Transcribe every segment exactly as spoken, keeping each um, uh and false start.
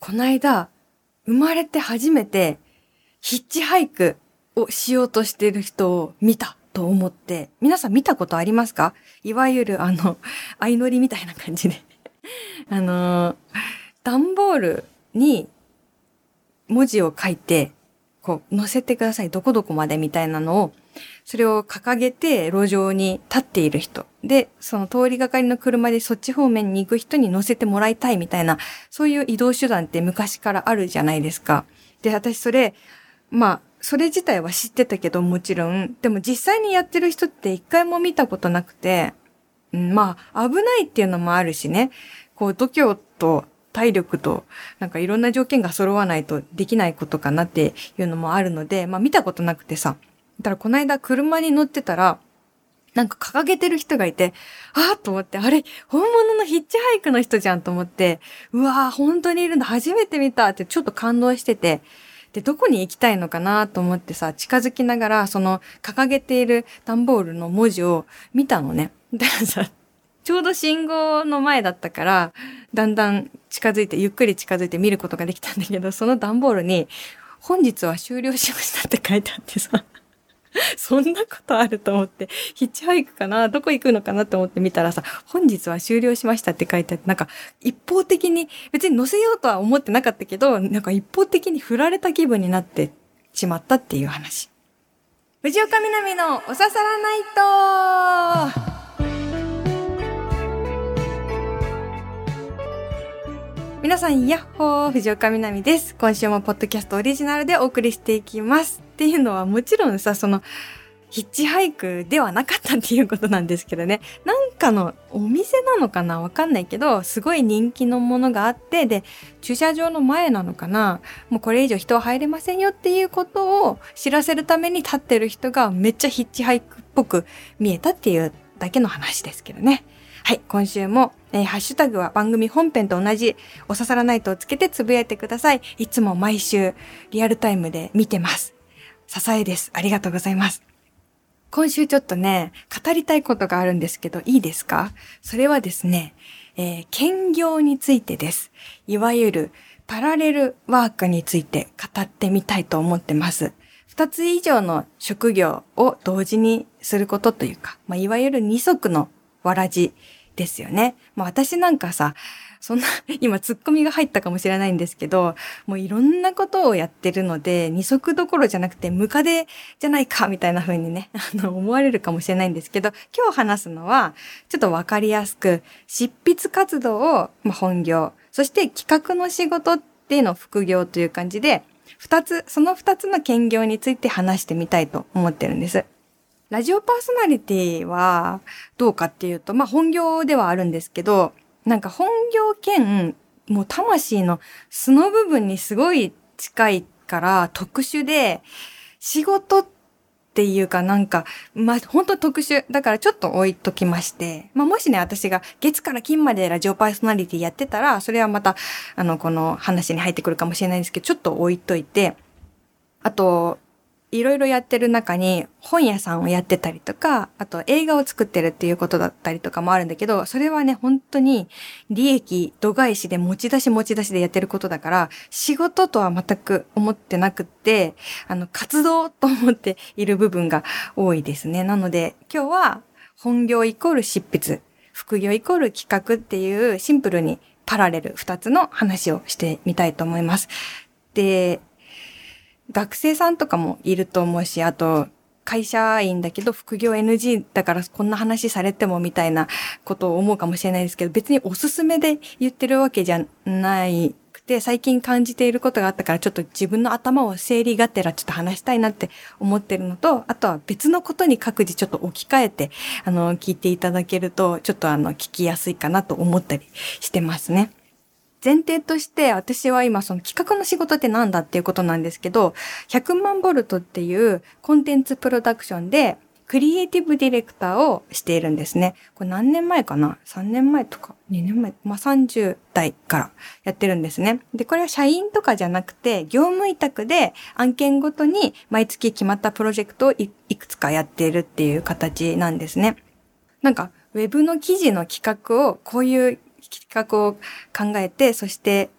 この間、生まれて初めてヒッチハイクをしようとしている人を見たと思って、皆さん見たことありますか？いわゆるあの、相乗りみたいな感じで。あのー、段ボールに文字を書いて、こう、載せてください。どこどこまでみたいなのを、それを掲げて路上に立っている人。で、その通りがかりの車でそっち方面に行く人に乗せてもらいたいみたいな、そういう移動手段って昔からあるじゃないですか。で、私それ、まあ、それ自体は知ってたけどもちろん、でも実際にやってる人って一回も見たことなくて、うん、まあ、危ないっていうのもあるしね、こう、度胸と体力と、なんかいろんな条件が揃わないとできないことかなっていうのもあるので、まあ見たことなくてさ、だからこの間車に乗ってたら、なんか掲げてる人がいて、あーと思って、あれ、本物のヒッチハイクの人じゃんと思って、うわー、本当にいるんだ、初めて見たってちょっと感動してて、で、どこに行きたいのかなと思ってさ、近づきながら、その掲げている段ボールの文字を見たのね。だからさ、ちょうど信号の前だったから、だんだん近づいて、ゆっくり近づいて見ることができたんだけど、その段ボールに、本日は終了しましたって書いてあってさ、そんなことあると思って、ヒッチハイクかな、どこ行くのかなと思って見たらさ、本日は終了しましたって書いてあって、なんか一方的に、別に載せようとは思ってなかったけど、なんか一方的に振られた気分になってしまったっていう話。藤岡みなみのおささらナイト。皆さん、ヤッホー、藤岡みなみです。今週もポッドキャストオリジナルでお送りしていきます。っていうのはもちろんさ、その、ヒッチハイクではなかったっていうことなんですけどね。なんかのお店なのかなわかんないけど、すごい人気のものがあって、で、駐車場の前なのかな、もうこれ以上人は入れませんよっていうことを知らせるために立ってる人がめっちゃヒッチハイクっぽく見えたっていうだけの話ですけどね。はい、今週も、えー、ハッシュタグは番組本編と同じおささらナイトをつけてつぶやいてください。いつも毎週リアルタイムで見てます。支えです。ありがとうございます。今週ちょっとね、語りたいことがあるんですけど、いいですか？それはですね、えー、兼業についてです。いわゆるパラレルワークについて語ってみたいと思ってます。二つ以上の職業を同時にすることというか、まあ、いわゆる二足のわらじですよね。まあ私なんかさ、そんな、今ツッコミが入ったかもしれないんですけど、もういろんなことをやってるので、二足どころじゃなくてムカデじゃないかみたいな風にね、あの、思われるかもしれないんですけど、今日話すのは、ちょっとわかりやすく、執筆活動を、まあ、本業、そして企画の仕事っていうのを副業という感じで、二つ、その二つの兼業について話してみたいと思ってるんです。ラジオパーソナリティはどうかっていうと、まあ本業ではあるんですけど、なんか本業兼、もう魂の素の部分にすごい近いから特殊で、仕事っていうかなんか、まあ本当特殊。だからちょっと置いときまして、まあもしね、私が月から金までラジオパーソナリティやってたら、それはまた、あの、この話に入ってくるかもしれないんですけど、ちょっと置いといて、あと、いろいろやってる中に本屋さんをやってたりとか、あと映画を作ってるっていうことだったりとかもあるんだけど、それはね、本当に利益度外視で持ち出し持ち出しでやってることだから、仕事とは全く思ってなくって、あの、活動と思っている部分が多いですね。なので、今日は本業イコール執筆、副業イコール企画っていうシンプルにパラレル二つの話をしてみたいと思います。で、学生さんとかもいると思うし、あと、会社員だけど副業 エヌジー だからこんな話されてもみたいなことを思うかもしれないですけど、別におすすめで言ってるわけじゃないくて、最近感じていることがあったからちょっと自分の頭を整理がてらちょっと話したいなって思ってるのと、あとは別のことに各自ちょっと置き換えて、あの、聞いていただけると、ちょっとあの、聞きやすいかなと思ったりしてますね。前提として私は今その企画の仕事ってなんだっていうことなんですけど、ひゃくまんボルトっていうコンテンツプロダクションでクリエイティブディレクターをしているんですね。これ何年前かな ?さん 年前とかにねんまえ、まあ、さんじゅう代からやってるんですね。で、これは社員とかじゃなくて業務委託で案件ごとに毎月決まったプロジェクトを い, いくつかやっているっていう形なんですね。なんかウェブの記事の企画をこういう企画を考えて、そして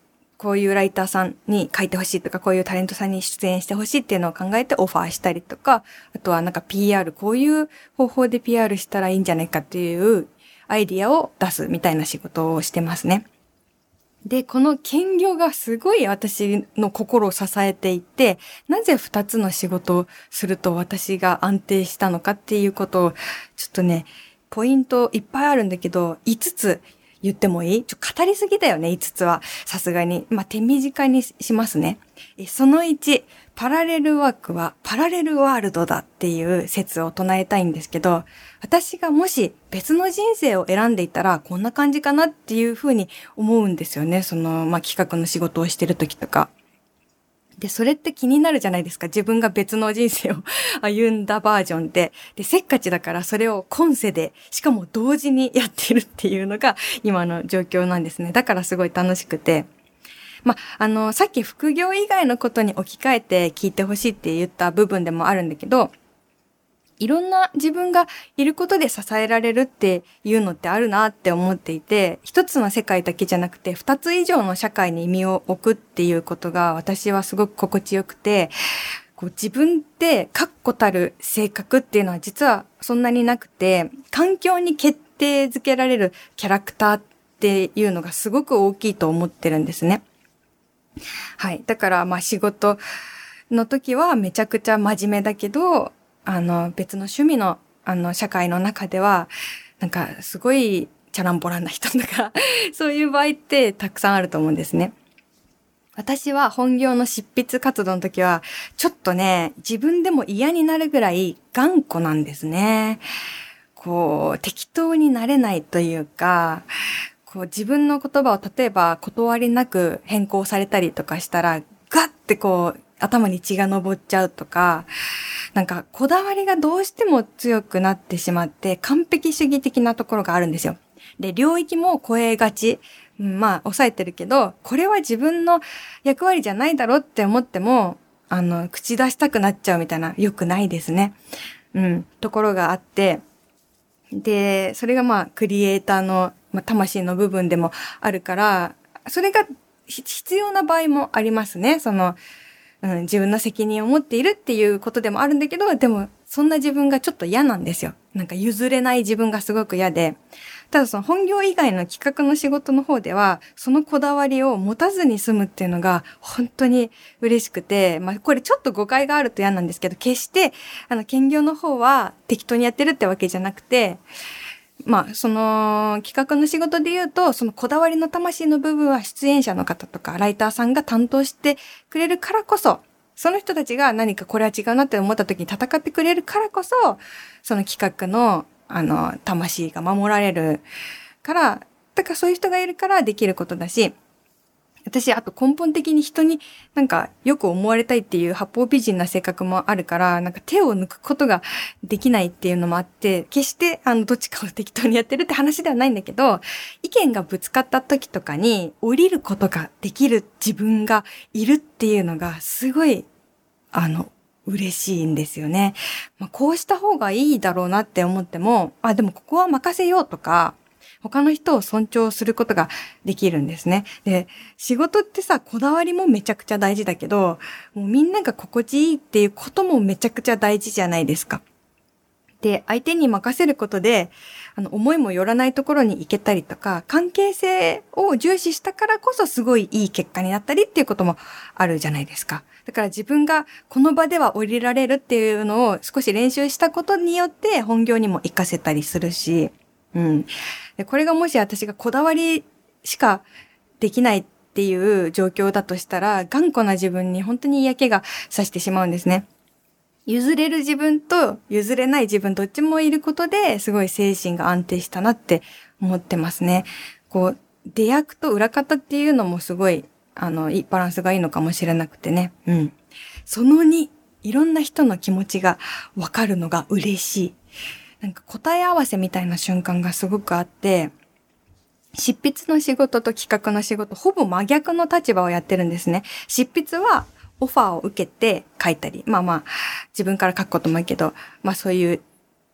こういうライターさんに書いてほしいとか、こういうタレントさんに出演してほしいっていうのを考えてオファーしたりとか、あとはなんか ピーアール、こういう方法で ピーアール したらいいんじゃないかっていうアイディアを出すみたいな仕事をしてますね。で、この兼業がすごい私の心を支えていて、なぜ二つの仕事をすると私が安定したのかっていうことを、ちょっとね、ポイントいっぱいあるんだけど、いつつ言ってもいい？ちょ、語りすぎだよね、いつつは。さすがに。まあ、手短にしますね。えそのいち、パラレルワークはパラレルワールドだっていう説を唱えたいんですけど、私がもし別の人生を選んでいたらこんな感じかなっていうふうに思うんですよね。その、まあ、企画の仕事をしてる時とか。で、それって気になるじゃないですか。自分が別の人生を歩んだバージョンで。で、せっかちだからそれを今世で、しかも同時にやってるっていうのが今の状況なんですね。だからすごい楽しくて。まあ、あの、さっき副業以外のことに置き換えて聞いてほしいって言った部分でもあるんだけど、いろんな自分がいることで支えられるっていうのってあるなって思っていて、一つの世界だけじゃなくて二つ以上の社会に身を置くっていうことが私はすごく心地よくて、こう自分って確固たる性格っていうのは実はそんなになくて、環境に決定づけられるキャラクターっていうのがすごく大きいと思ってるんですね。はい。だからまあ仕事の時はめちゃくちゃ真面目だけど、あの、別の趣味の、あの、社会の中では、なんか、すごい、チャランポランな人とか、そういう場合ってたくさんあると思うんですね。私は本業の執筆活動の時は、ちょっとね、自分でも嫌になるぐらい頑固なんですね。こう、適当になれないというか、こう、自分の言葉を例えば断りなく変更されたりとかしたら、ガッてこう、頭に血が上っちゃうとか、なんかこだわりがどうしても強くなってしまって完璧主義的なところがあるんですよ。で、領域も超えがち。うん、まあ、抑えてるけど、これは自分の役割じゃないだろうって思っても、あの、口出したくなっちゃうみたいな、良くないですね。うん、ところがあって、で、それがまあ、クリエイターの、まあ、魂の部分でもあるから、それが必要な場合もありますね。その、うん、自分の責任を持っているっていうことでもあるんだけど、でも、そんな自分がちょっと嫌なんですよ。なんか譲れない自分がすごく嫌で。ただその本業以外の企画の仕事の方では、そのこだわりを持たずに済むっていうのが本当に嬉しくて、まあこれちょっと誤解があると嫌なんですけど、決して、あの、兼業の方は適当にやってるってわけじゃなくて、まあ、その企画の仕事で言うと、そのこだわりの魂の部分は出演者の方とかライターさんが担当してくれるからこそ、その人たちが何かこれは違うなって思った時に戦ってくれるからこそ、その企画の、あの、魂が守られるから、だからそういう人がいるからできることだし、私、あと根本的に人になんかよく思われたいっていう八方美人な性格もあるから、なんか手を抜くことができないっていうのもあって、決してあのどっちかを適当にやってるって話ではないんだけど、意見がぶつかった時とかに降りることができる自分がいるっていうのがすごい、あの、嬉しいんですよね。まあ、こうした方がいいだろうなって思っても、あ、でもここは任せようとか、他の人を尊重することができるんですね。で、仕事ってさ、こだわりもめちゃくちゃ大事だけど、もうみんなが心地いいっていうこともめちゃくちゃ大事じゃないですか。で、相手に任せることで、あの、思いもよらないところに行けたりとか、関係性を重視したからこそすごいいい結果になったりっていうこともあるじゃないですか。だから自分がこの場では降りられるっていうのを少し練習したことによって本業にも活かせたりするし、うん。で、これがもし私がこだわりしかできないっていう状況だとしたら、頑固な自分に本当に嫌気がさしてしまうんですね。譲れる自分と譲れない自分どっちもいることですごい精神が安定したなって思ってますね。こう、出役と裏方っていうのもすごい、あの、いいバランスがいいのかもしれなくてね。うん。そのに、いろんな人の気持ちがわかるのが嬉しい。なんか答え合わせみたいな瞬間がすごくあって、執筆の仕事と企画の仕事、ほぼ真逆の立場をやってるんですね。執筆はオファーを受けて書いたり、まあまあ、自分から書くこともいいけど、まあそういう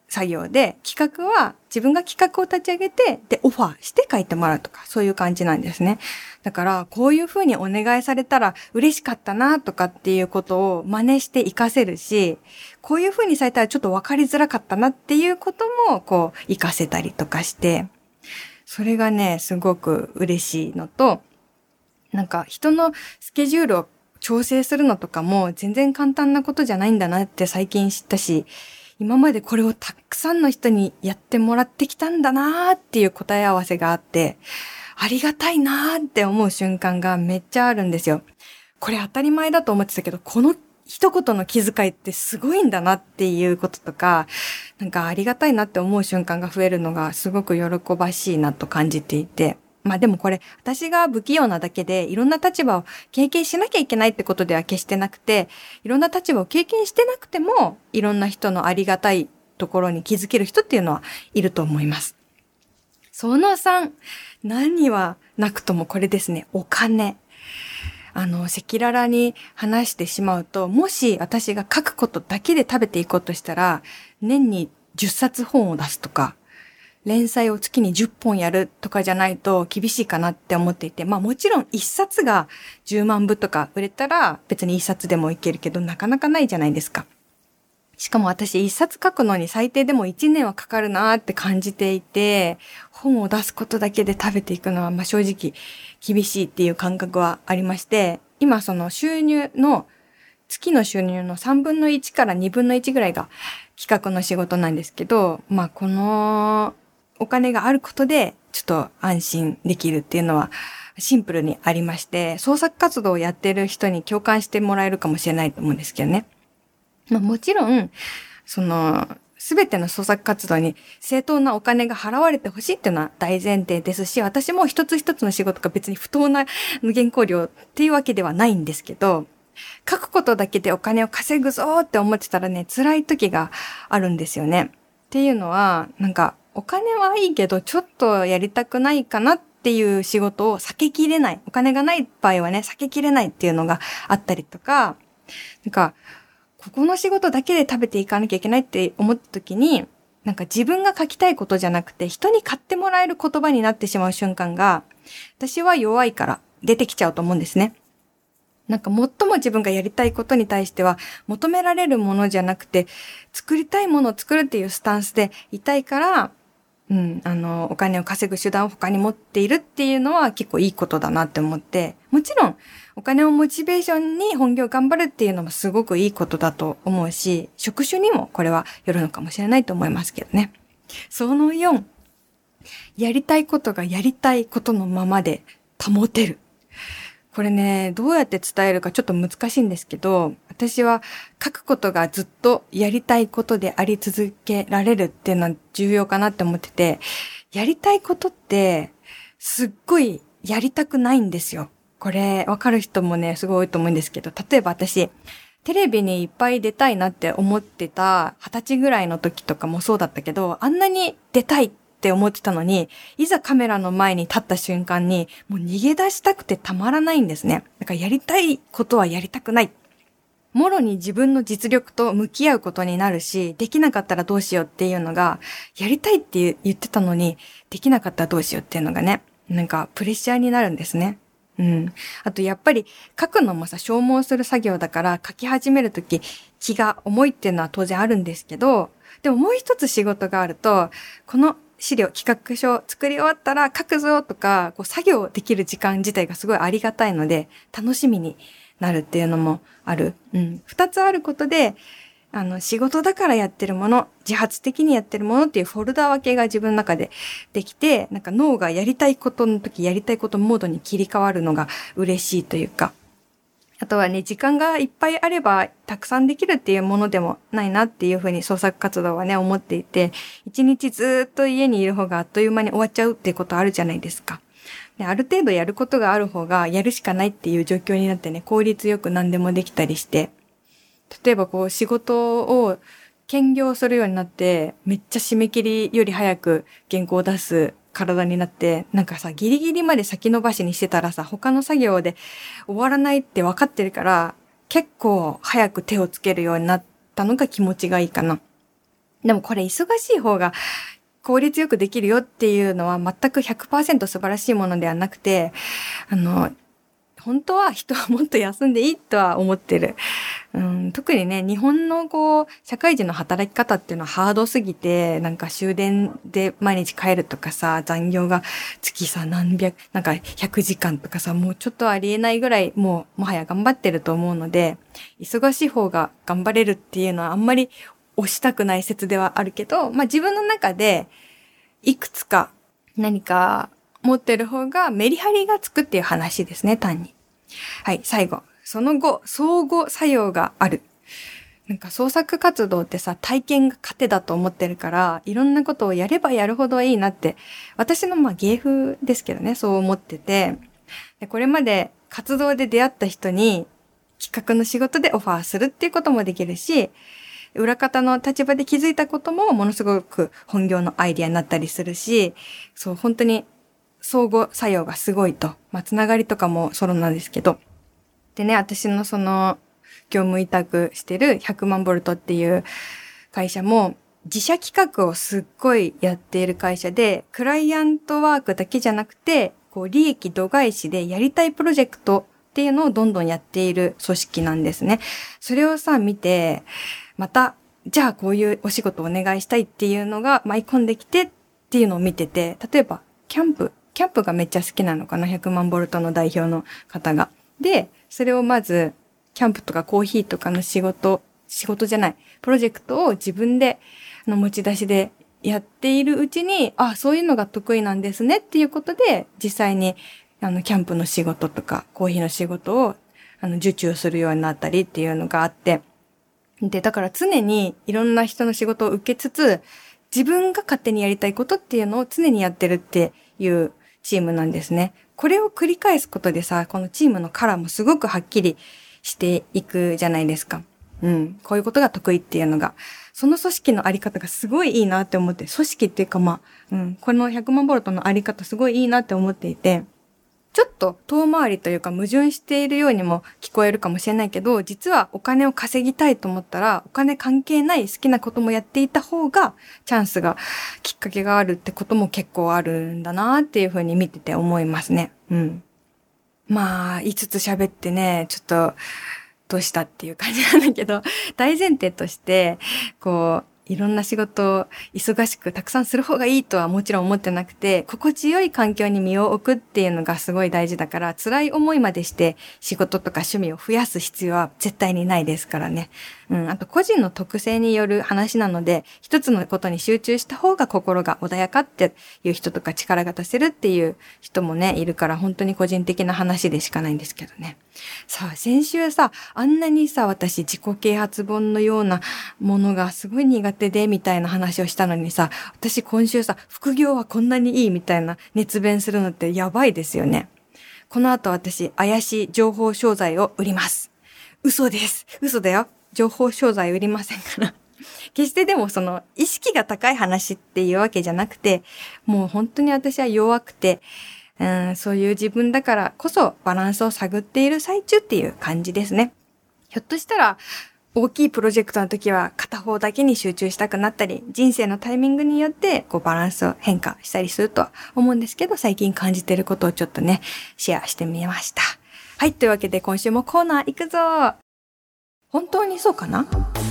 作業で、企画は自分が企画を立ち上げて、で、オファーして書いてもらうとか、そういう感じなんですね。だから、こういう風にお願いされたら嬉しかったなとかっていうことを真似して活かせるし、こういう風にされたらちょっと分かりづらかったなっていうことも、こう、活かせたりとかして、それがね、すごく嬉しいのと、なんか人のスケジュールを調整するのとかも全然簡単なことじゃないんだなって最近知ったし、今までこれをたくさんの人にやってもらってきたんだなーっていう答え合わせがあって、ありがたいなーって思う瞬間がめっちゃあるんですよ。これ当たり前だと思ってたけど、この一言の気遣いってすごいんだなっていうこととか、なんかありがたいなって思う瞬間が増えるのがすごく喜ばしいなと感じていて、まあでもこれ私が不器用なだけでいろんな立場を経験しなきゃいけないってことでは決してなくて、いろんな立場を経験してなくてもいろんな人のありがたいところに気づける人っていうのはいると思います。そのさん、何はなくともこれですね、お金。あの、赤裸々に話してしまうと、もし私が書くことだけで食べていこうとしたら、年にじゅっさつ本を出すとか、連載を月にじゅっぽんやるとかじゃないと厳しいかなって思っていて、まあもちろんいっさつがじゅうまんぶとか売れたら別にいっさつでもいけるけどなかなかないじゃないですか。しかも私いっさつ書くのに最低でもいちねんはかかるなーって感じていて、本を出すことだけで食べていくのはまあ正直厳しいっていう感覚はありまして、今その収入の月の収入のさんぶんのいちからにぶんのいちぐらいが企画の仕事なんですけど、まあこのお金があることでちょっと安心できるっていうのはシンプルにありまして、創作活動をやってる人に共感してもらえるかもしれないと思うんですけどね。まあもちろん、その、すべての創作活動に正当なお金が払われてほしいっていうのは大前提ですし、私も一つ一つの仕事が別に不当な原稿料っていうわけではないんですけど、書くことだけでお金を稼ぐぞって思ってたらね、辛い時があるんですよね。っていうのは、なんか、お金はいいけど、ちょっとやりたくないかなっていう仕事を避けきれない。お金がない場合はね、避けきれないっていうのがあったりとか、なんか、ここの仕事だけで食べていかなきゃいけないって思った時に、なんか自分が書きたいことじゃなくて、人に買ってもらえる言葉になってしまう瞬間が、私は弱いから出てきちゃうと思うんですね。なんか最も自分がやりたいことに対しては求められるものじゃなくて、作りたいものを作るっていうスタンスでいたいから、うん、あの、お金を稼ぐ手段を他に持っているっていうのは結構いいことだなって思って、もちろんお金をモチベーションに本業頑張るっていうのもすごくいいことだと思うし、職種にもこれはよるのかもしれないと思いますけどね。そのよん、やりたいことがやりたいことのままで保てる。これね、どうやって伝えるかちょっと難しいんですけど、私は書くことがずっとやりたいことであり続けられるっていうのは重要かなって思ってて、やりたいことってすっごいやりたくないんですよ。これわかる人もね、すごい多いと思うんですけど、例えば私、テレビにいっぱい出たいなって思ってた二十歳ぐらいの時とかもそうだったけど、あんなに出たいって思ってたのに、いざカメラの前に立った瞬間に、もう逃げ出したくてたまらないんですね。だからやりたいことはやりたくない。もろに自分の実力と向き合うことになるし、できなかったらどうしようっていうのが、やりたいって言ってたのに、できなかったらどうしようっていうのがね、なんかプレッシャーになるんですね。うん。あとやっぱり書くのもさ、消耗する作業だから書き始めるとき気が重いっていうのは当然あるんですけど、でももう一つ仕事があると、この資料、企画書作り終わったら書くぞとか、こう作業できる時間自体がすごいありがたいので、楽しみになるっていうのもある。うん。二つあることで、あの、仕事だからやってるもの、自発的にやってるものっていうフォルダ分けが自分の中でできて、なんか脳がやりたいことの時、やりたいことモードに切り替わるのが嬉しいというか、あとはね、時間がいっぱいあればたくさんできるっていうものでもないなっていうふうに創作活動はね、思っていて、一日ずっと家にいる方があっという間に終わっちゃうっていうことあるじゃないですか。で、ある程度やることがある方がやるしかないっていう状況になってね、効率よく何でもできたりして、例えばこう仕事を兼業するようになって、めっちゃ締め切りより早く原稿を出す体になって、なんかさ、ギリギリまで先延ばしにしてたらさ、他の作業で終わらないって分かってるから、結構早く手をつけるようになったのが気持ちがいいかな。 でもこれ忙しい方が効率よくできるよっていうのは全く ひゃくパーセント 素晴らしいものではなくて、あの、本当は人はもっと休んでいいとは思ってる。うん、特にね、日本のこう、社会人の働き方っていうのはハードすぎて、なんか終電で毎日帰るとかさ、残業が月さ何百、なんかひゃくじかんとかさ、もうちょっとありえないぐらい、もうもはや頑張ってると思うので、忙しい方が頑張れるっていうのはあんまり押したくない説ではあるけど、まあ自分の中でいくつか何か持ってる方がメリハリがつくっていう話ですね、単に。はい、最後。その後、相互作用がある。なんか創作活動ってさ、体験が糧だと思ってるから、いろんなことをやればやるほどいいなって、私のまあ芸風ですけどね、そう思ってて、でこれまで活動で出会った人に企画の仕事でオファーするっていうこともできるし、裏方の立場で気づいたこともものすごく本業のアイディアになったりするし、そう、本当に相互作用がすごいと。まあ、つながりとかもソロなんですけど。でね、私のその、業務委託してるひゃくまんボルトっていう会社も、自社企画をすっごいやっている会社で、クライアントワークだけじゃなくて、こう、利益度外視でやりたいプロジェクトっていうのをどんどんやっている組織なんですね。それをさ、見て、また、じゃあこういうお仕事をお願いしたいっていうのが舞い込んできてっていうのを見てて、例えば、キャンプ。キャンプがめっちゃ好きなのかな ?ひゃくまんボルトの代表の方が。で、それをまず、キャンプとかコーヒーとかの仕事、仕事じゃない、プロジェクトを自分での持ち出しでやっているうちに、あ、そういうのが得意なんですねっていうことで、実際に、あの、キャンプの仕事とか、コーヒーの仕事を、あの、受注するようになったりっていうのがあって、で、だから常にいろんな人の仕事を受けつつ、自分が勝手にやりたいことっていうのを常にやってるっていうチームなんですね。これを繰り返すことでさ、このチームのカラーもすごくはっきりしていくじゃないですか。うん。こういうことが得意っていうのが。その組織のあり方がすごいいいなって思って、組織っていうかまあ、うん。このひゃくまんボルトのあり方すごいいいなって思っていて、ちょっと遠回りというか矛盾しているようにも聞こえるかもしれないけど、実はお金を稼ぎたいと思ったら、お金関係ない好きなこともやっていた方が、チャンスが、きっかけがあるってことも結構あるんだなっていうふうに見てて思いますね。うん。まあ、いつつ喋ってね、ちょっと、どうしたっていう感じなんだけど、大前提として、こう、いろんな仕事を忙しくたくさんする方がいいとはもちろん思ってなくて、心地よい環境に身を置くっていうのがすごい大事だから、辛い思いまでして仕事とか趣味を増やす必要は絶対にないですからね。うん、あと個人の特性による話なので、一つのことに集中した方が心が穏やかっていう人とか力が出せるっていう人もね、いるから本当に個人的な話でしかないんですけどね。さあ、先週さ、あんなにさ、私自己啓発本のようなものがすごい苦手でみたいな話をしたのにさ、私今週さ、副業はこんなにいいみたいな熱弁するのってやばいですよね。この後私、怪しい情報商材を売ります。嘘です。嘘だよ。情報商材売りませんから。決してでもその意識が高い話っていうわけじゃなくて、もう本当に私は弱くて、うん、そういう自分だからこそバランスを探っている最中っていう感じですね。ひょっとしたら大きいプロジェクトの時は片方だけに集中したくなったり、人生のタイミングによってこうバランスを変化したりするとは思うんですけど、最近感じていることをちょっとね、シェアしてみました。はい、というわけで今週もコーナー行くぞ。本当にそうかな？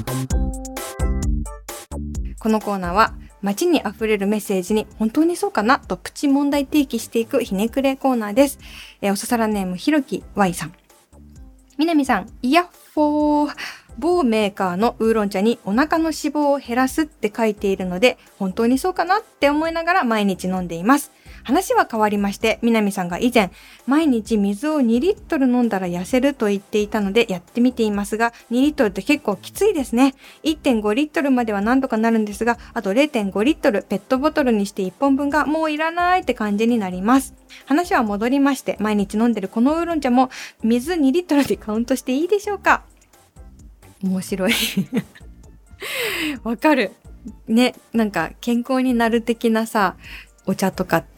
このコーナーは街に溢れるメッセージに本当にそうかなとプチ問題提起していくひねくれコーナーです。えー、おささらネームひろき Y さん。みなみさん、イヤッホー。某メーカーのウーロン茶にお腹の脂肪を減らすって書いているので、本当にそうかなって思いながら毎日飲んでいます。話は変わりまして、みなみさんが以前、毎日水をにリットル飲んだら痩せると言っていたのでやってみていますが、にリットルって結構きついですね。いってんごリットルまではなんとかなるんですが、あと れいてんごリットルペットボトルにしていっぽんぶんがもういらないって感じになります。話は戻りまして、毎日飲んでるこのウーロン茶も水にリットルでカウントしていいでしょうか？面白い。わかる。ね、なんか健康になる的なさ、お茶とかって、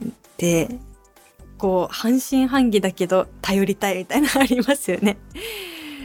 こう、半信半疑だけど頼りたいみたいなのありますよね。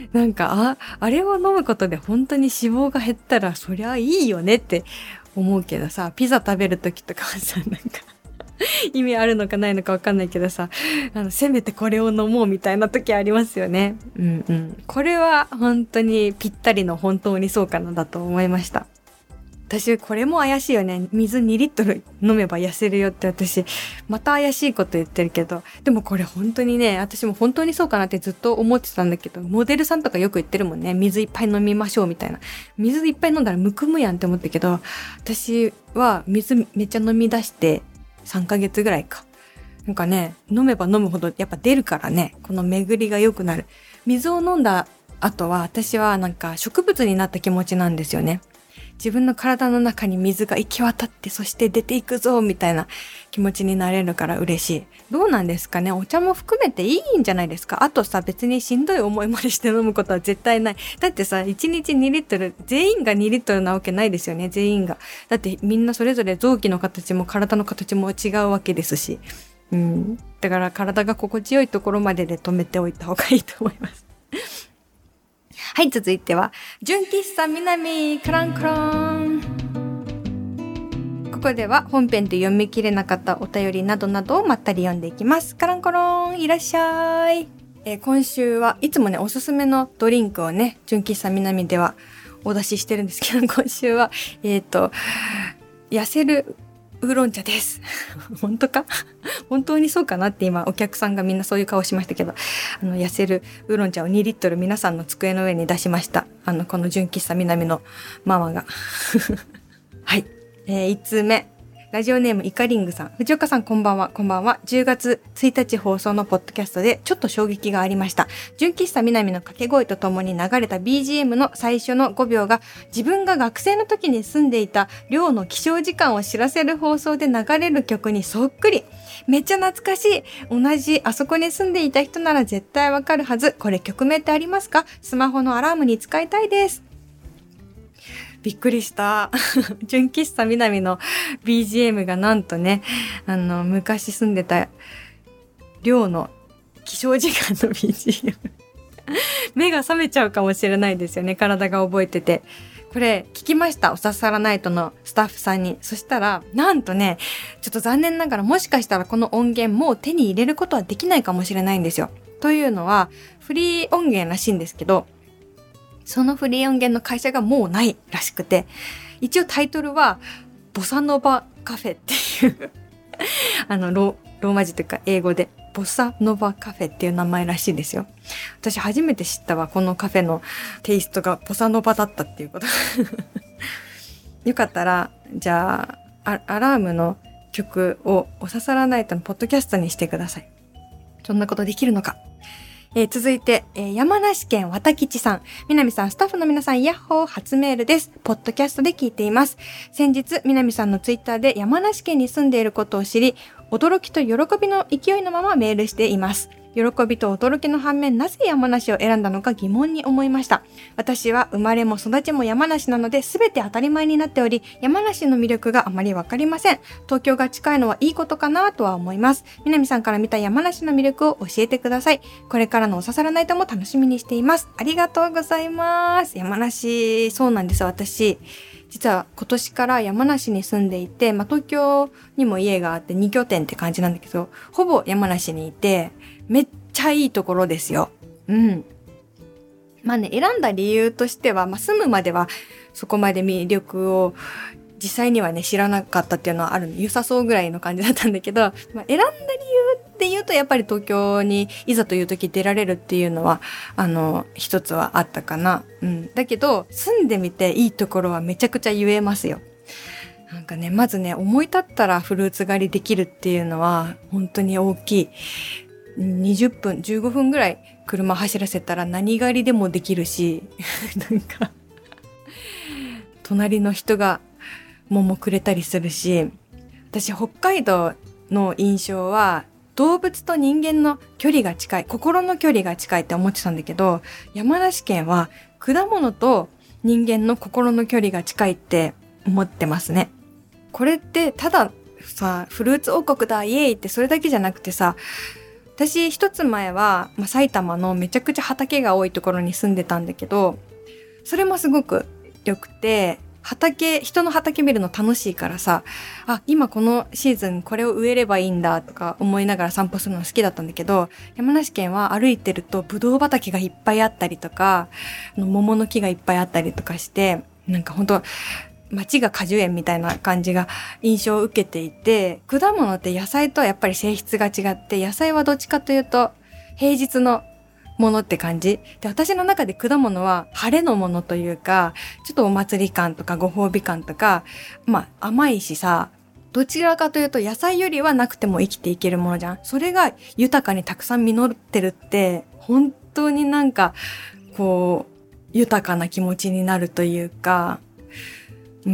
なんか、あ、あれを飲むことで本当に脂肪が減ったらそりゃいいよねって思うけどさ、ピザ食べるときとかはさ、なんか意味あるのかないのかわかんないけどさ、あの、せめてこれを飲もうみたいな時ありますよね。うんうん。これは本当にぴったりの本当にそうかなだと思いました。私、これも怪しいよね。水にリットル飲めば痩せるよって私、また怪しいこと言ってるけど、でもこれ本当にね、私も本当にそうかなってずっと思ってたんだけど、モデルさんとかよく言ってるもんね。水いっぱい飲みましょうみたいな。水いっぱい飲んだらむくむやんって思ったけど、私は水めっちゃ飲み出してさんかげつぐらいか。なんかね、飲めば飲むほどやっぱ出るからね、この巡りが良くなる。水を飲んだ後は私はなんか植物になった気持ちなんですよね。自分の体の中に水が行き渡ってそして出ていくぞみたいな気持ちになれるから嬉しい。どうなんですかね。お茶も含めていいんじゃないですか。あとさ、別にしんどい思いまでして飲むことは絶対ない。だってさ、いちにちにリットル、全員がにリットルなわけないですよね。全員が。だってみんなそれぞれ臓器の形も体の形も違うわけですし。うん。だから体が心地よいところまでで止めておいた方がいいと思います。はい、続いては、純喫茶みなみ、クランクロン。ここでは本編で読み切れなかったお便りなどなどをまったり読んでいきます。カランコロン、いらっしゃい。えー、今週はいつもね、おすすめのドリンクをね、純喫茶みなみではお出ししてるんですけど、今週は、えっと、痩せるウーロン茶です。本当か本当にそうかなって今お客さんがみんなそういう顔しましたけど、あの痩せるウーロン茶をにリットル皆さんの机の上に出しました。あのこの純喫茶南のママがはい、えー、いちつうめラジオネームイカリングさん。藤岡さんこんばんは。こんばんは。じゅうがつついたち放送のポッドキャストでちょっと衝撃がありました。純喫茶南の掛け声とともに流れた ビージーエム の最初のごびょうが自分が学生の時に住んでいた寮の起床時間を知らせる放送で流れる曲にそっくり。めっちゃ懐かしい。同じあそこに住んでいた人なら絶対わかるはず。これ曲名ってありますか？スマホのアラームに使いたいです。びっくりした。純喫茶南の ビージーエム がなんとね、あの、昔住んでた寮の起床時間の ビージーエム。目が覚めちゃうかもしれないですよね。体が覚えてて。これ聞きました。おささらナイトのスタッフさんに。そしたら、なんとね、ちょっと残念ながらもしかしたらこの音源もう手に入れることはできないかもしれないんですよ。というのは、フリー音源らしいんですけど、そのフリー音源の会社がもうないらしくて、一応タイトルはボサノバカフェっていうあのロローマ字というか英語でボサノバカフェっていう名前らしいですよ。私初めて知ったわ、このカフェのテイストがボサノバだったっていうことよかったらじゃあアラームの曲をおささらナイトのポッドキャストにしてください。そんなことできるのか。えー、続いて、えー、山梨県綿吉さん。南さん、スタッフの皆さん、ヤッホー、初メールです。ポッドキャストで聞いています。先日、南さんのツイッターで山梨県に住んでいることを知り、驚きと喜びの勢いのままメールしています。喜びと驚きの反面、なぜ山梨を選んだのか疑問に思いました。私は生まれも育ちも山梨なので、すべて当たり前になっており、山梨の魅力があまりわかりません。東京が近いのはいいことかなとは思います。南さんから見た山梨の魅力を教えてください。これからのおささらナイトも楽しみにしています。ありがとうございます。山梨、そうなんです。私、実は今年から山梨に住んでいて、まあ、東京にも家があってに拠点って感じなんだけど、ほぼ山梨にいて、めっちゃいいところですよ。うん。まあね、選んだ理由としては、まあ、住むまではそこまで魅力を実際にはね、知らなかったっていうのはあるの。良さそうぐらいの感じだったんだけど、まあ、選んだ理由っていうと、やっぱり東京にいざという時出られるっていうのは、あの、一つはあったかな。うん。だけど、住んでみていいところはめちゃくちゃ言えますよ。なんかね、まずね、思い立ったらフルーツ狩りできるっていうのは、本当に大きい。にじゅっぷん、じゅうごふんぐらい車走らせたら何狩りでもできるし、なんか、隣の人が桃くれたりするし、私北海道の印象は動物と人間の距離が近い、心の距離が近いって思ってたんだけど、山梨県は果物と人間の心の距離が近いって思ってますね。これってたださ、フルーツ王国だイエーイってそれだけじゃなくてさ、 私一つ前は、まあ、埼玉のめちゃくちゃ畑が多いところに住んでたんだけど、それもすごく良くて、畑、人の畑見るの楽しいからさ、あ、今このシーズンこれを植えればいいんだとか思いながら散歩するの好きだったんだけど、山梨県は歩いてるとブドウ畑がいっぱいあったりとか、桃の木がいっぱいあったりとかして、なんかほんと街が果樹園みたいな感じが印象を受けていて、果物って野菜とはやっぱり性質が違って、野菜はどっちかというと平日のものって感じで、私の中で果物は晴れのものというか、ちょっとお祭り感とかご褒美感とか、まあ甘いしさ、どちらかというと野菜よりはなくても生きていけるものじゃん。それが豊かにたくさん実ってるって本当になんかこう豊かな気持ちになるというか、うん。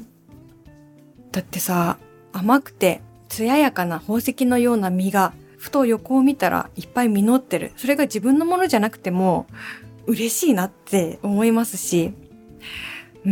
だってさ、甘くて艶やかな宝石のような実がふと横を見たらいっぱい実ってる。それが自分のものじゃなくても嬉しいなって思いますし、うん、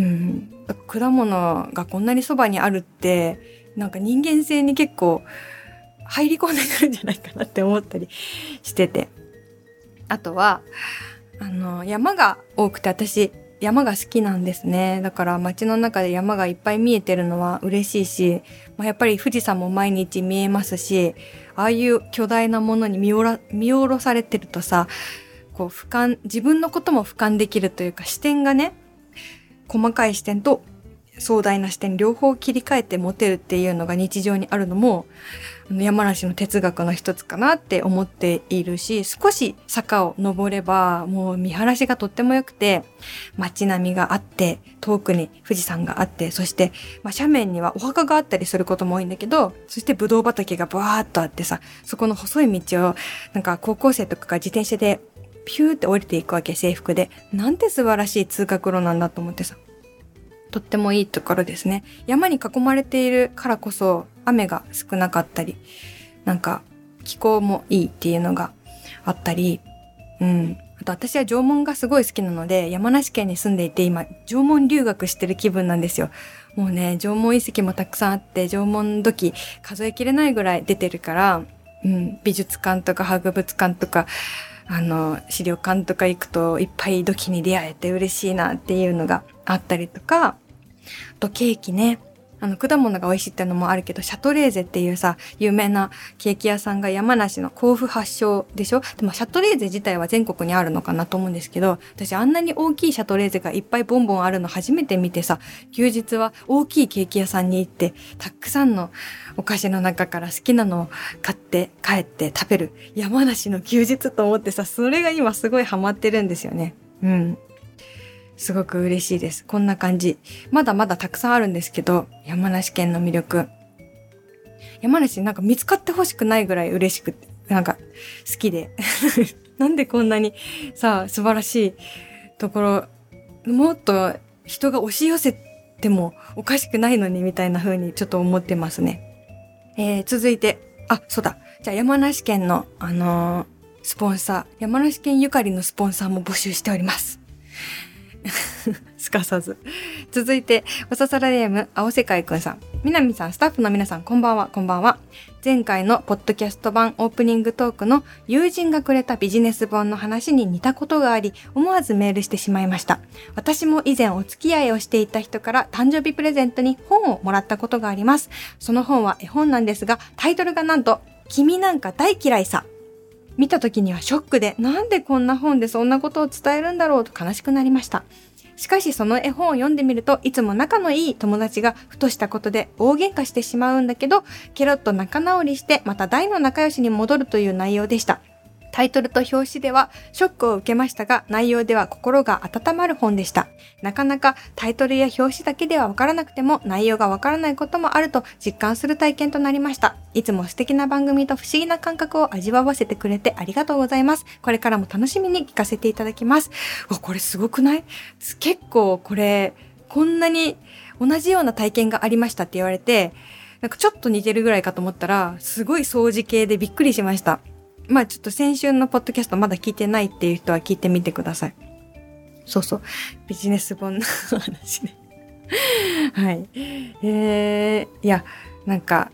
果物がこんなにそばにあるってなんか人間性に結構入り込んでくるんじゃないかなって思ったりしてて、あとはあの山が多くて、私山が好きなんですね。だから街の中で山がいっぱい見えてるのは嬉しいし、まあ、やっぱり富士山も毎日見えますし、ああいう巨大なものに見下ろ、見下ろされてるとさ、こう俯瞰、自分のことも俯瞰できるというか、視点がね、細かい視点と壮大な視点両方切り替えて持てるっていうのが日常にあるのも山梨の哲学の一つかなって思っているし、少し坂を登ればもう見晴らしがとっても良くて、街並みがあって遠くに富士山があって、そして、まあ、斜面にはお墓があったりすることも多いんだけど、そしてブドウ畑がバーっとあってさ、そこの細い道をなんか高校生とかが自転車でピューって降りていくわけ、制服で。なんて素晴らしい通学路なんだと思ってさ、とってもいいところですね。山に囲まれているからこそ雨が少なかったり、なんか気候もいいっていうのがあったり、うん。あと私は縄文がすごい好きなので、山梨県に住んでいて今縄文留学してる気分なんですよ。もうね、縄文遺跡もたくさんあって、縄文土器数えきれないぐらい出てるから、うん、美術館とか博物館とか、あの、資料館とか行くといっぱい土器に出会えて嬉しいなっていうのがあったりとか、あとケーキね。あの、果物が美味しいってのもあるけど、シャトレーゼっていうさ、有名なケーキ屋さんが山梨の甲府発祥でしょ。でもシャトレーゼ自体は全国にあるのかなと思うんですけど、私あんなに大きいシャトレーゼがいっぱいボンボンあるの初めて見てさ、休日は大きいケーキ屋さんに行って、たくさんのお菓子の中から好きなのを買って帰って食べる山梨の休日と思ってさ、それが今すごいハマってるんですよね。うん。すごく嬉しいです。こんな感じ。まだまだたくさんあるんですけど、山梨県の魅力。山梨なんか見つかってほしくないぐらい嬉しくて、なんか好きで。なんでこんなにさ、素晴らしいところ、もっと人が押し寄せてもおかしくないのにみたいな風にちょっと思ってますね。えー、続いて、あ、そうだ。じゃあ山梨県の、あのー、スポンサー、山梨県ゆかりのスポンサーも募集しております。すかさず。続いて、おささらネーム、青世界くんさん。みなみさん、スタッフの皆さん、こんばんは、こんばんは。前回のポッドキャスト版オープニングトークの友人がくれたビジネス本の話に似たことがあり、思わずメールしてしまいました。私も以前お付き合いをしていた人から誕生日プレゼントに本をもらったことがあります。その本は絵本なんですが、タイトルがなんと、君なんか大嫌いさ。見た時にはショックで、なんでこんな本でそんなことを伝えるんだろうと悲しくなりました。しかしその絵本を読んでみると、いつも仲のいい友達がふとしたことで大喧嘩してしまうんだけど、ケロッと仲直りしてまた大の仲良しに戻るという内容でした。タイトルと表紙ではショックを受けましたが、内容では心が温まる本でした。なかなかタイトルや表紙だけではわからなくても内容がわからないこともあると実感する体験となりました。いつも素敵な番組と不思議な感覚を味わわせてくれてありがとうございます。これからも楽しみに聞かせていただきます。うわ、これすごくない？結構これ、こんなに同じような体験がありましたって言われて、なんかちょっと似てるぐらいかと思ったら、すごい掃除系でびっくりしました。まあちょっと先週のポッドキャストまだ聞いてないっていう人は聞いてみてください。そうそう。ビジネス本の話ね。はい。えー、いや、なんか、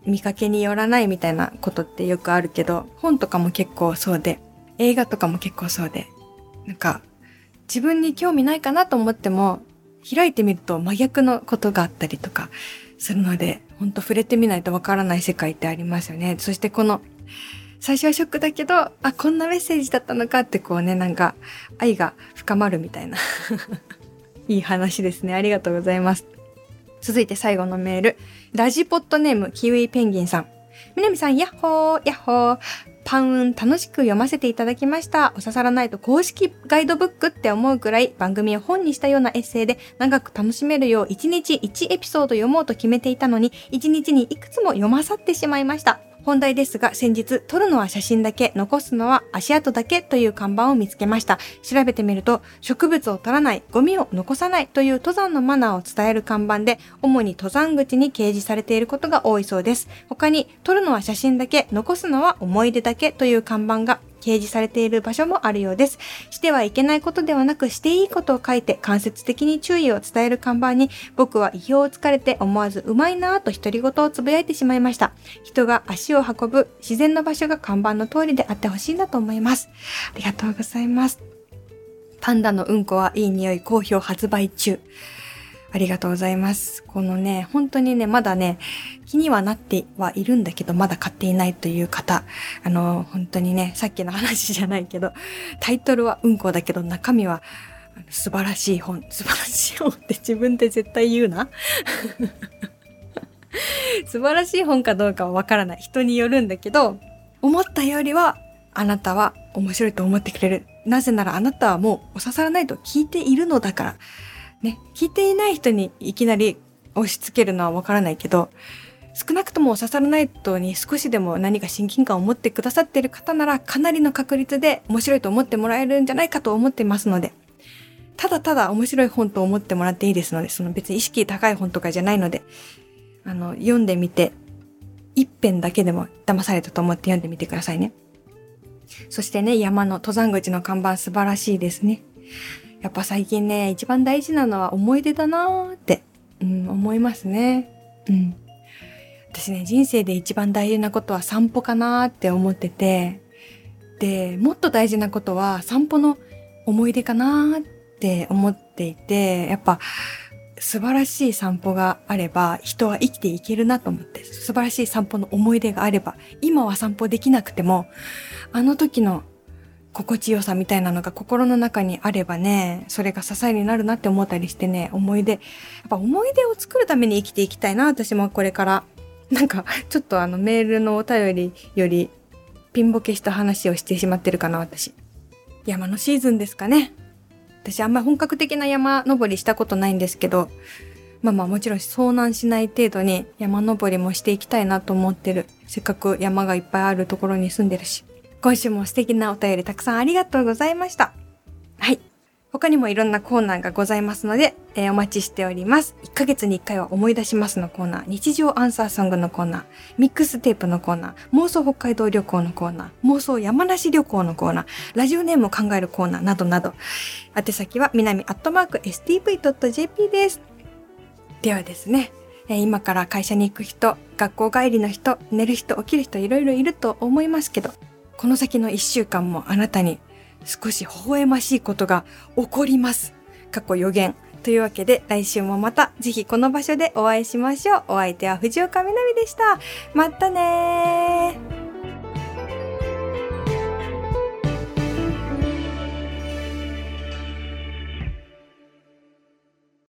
見かけによらないみたいなことってよくあるけど、本とかも結構そうで、映画とかも結構そうで、なんか自分に興味ないかなと思っても開いてみると真逆のことがあったりとかするので、ほんと触れてみないとわからない世界ってありますよね。そしてこの最初はショックだけど、あ、こんなメッセージだったのかってこうね、なんか愛が深まるみたいないい話ですね。ありがとうございます。続いて最後のメール。ラジポットネームキウイペンギンさん。みなみさん、やっほー、やっほー。パンウン楽しく読ませていただきました。おささらないと公式ガイドブックって思うくらい番組を本にしたようなエッセイで長く楽しめるよういちにちいちエピソード読もうと決めていたのにいちにちにいくつも読まさってしまいました。本題ですが、先日撮るのは写真だけ、残すのは足跡だけという看板を見つけました。調べてみると、植物を取らない、ゴミを残さないという登山のマナーを伝える看板で、主に登山口に掲示されていることが多いそうです。他に、撮るのは写真だけ、残すのは思い出だけという看板が掲示されている場所もあるようです。してはいけないことではなく、していいことを書いて間接的に注意を伝える看板に、僕は意表をつかれて思わずうまいなぁと独り言をつぶやいてしまいました。人が足を運ぶ自然の場所が看板の通りであってほしいなと思います。ありがとうございます。パンダのうんこはいい匂い好評発売中。ありがとうございます。このね、本当にね、まだね、気にはなってはいるんだけど、まだ買っていないという方、あの、本当にね、さっきの話じゃないけど、タイトルはうんこだけど、中身は素晴らしい本、素晴らしい本って自分で絶対言うな。素晴らしい本かどうかはわからない。人によるんだけど、思ったよりは、あなたは面白いと思ってくれる。なぜならあなたはもうお刺さらないと聞いているのだから。ね、聞いていない人にいきなり押し付けるのはわからないけど、少なくとも刺さらないとに少しでも何か親近感を持ってくださっている方ならかなりの確率で面白いと思ってもらえるんじゃないかと思っていますので、ただただ面白い本と思ってもらっていいですので、その別に意識高い本とかじゃないので、あの、読んでみて、一編だけでも騙されたと思って読んでみてくださいね。そしてね、山の登山口の看板素晴らしいですね。やっぱ最近ね、一番大事なのは思い出だなーって、うん、思いますね。うん。私ね、人生で一番大事なことは散歩かなーって思ってて、で、もっと大事なことは散歩の思い出かなーって思っていて、やっぱ素晴らしい散歩があれば人は生きていけるなと思って、素晴らしい散歩の思い出があれば、今は散歩できなくても、あの時の心地よさみたいなのが心の中にあればね、それが支えになるなって思ったりしてね、思い出、やっぱ思い出を作るために生きていきたいな、私もこれから。なんか、ちょっとあのメールのお便りよりピンボケした話をしてしまってるかな、私。山のシーズンですかね。私あんまり本格的な山登りしたことないんですけど、まあまあもちろん遭難しない程度に山登りもしていきたいなと思ってる。せっかく山がいっぱいあるところに住んでるし。今週も素敵なお便りたくさんありがとうございました。はい。他にもいろんなコーナーがございますので、えー、お待ちしております。いっかげつにいっかいは思い出しますのコーナー、日常アンサーソングのコーナー、ミックステープのコーナー、妄想北海道旅行のコーナー、妄想山梨旅行のコーナー、ラジオネームを考えるコーナーなどなど、宛先はみなみアットマーク エスティーブイドットジェーピー です。ではですね、えー、今から会社に行く人、学校帰りの人、寝る人、起きる人いろいろいると思いますけど、この先の一週間もあなたに少し微笑ましいことが起こります。過去予言。というわけで来週もまたぜひこの場所でお会いしましょう。お相手は藤岡みなみでした。またねー。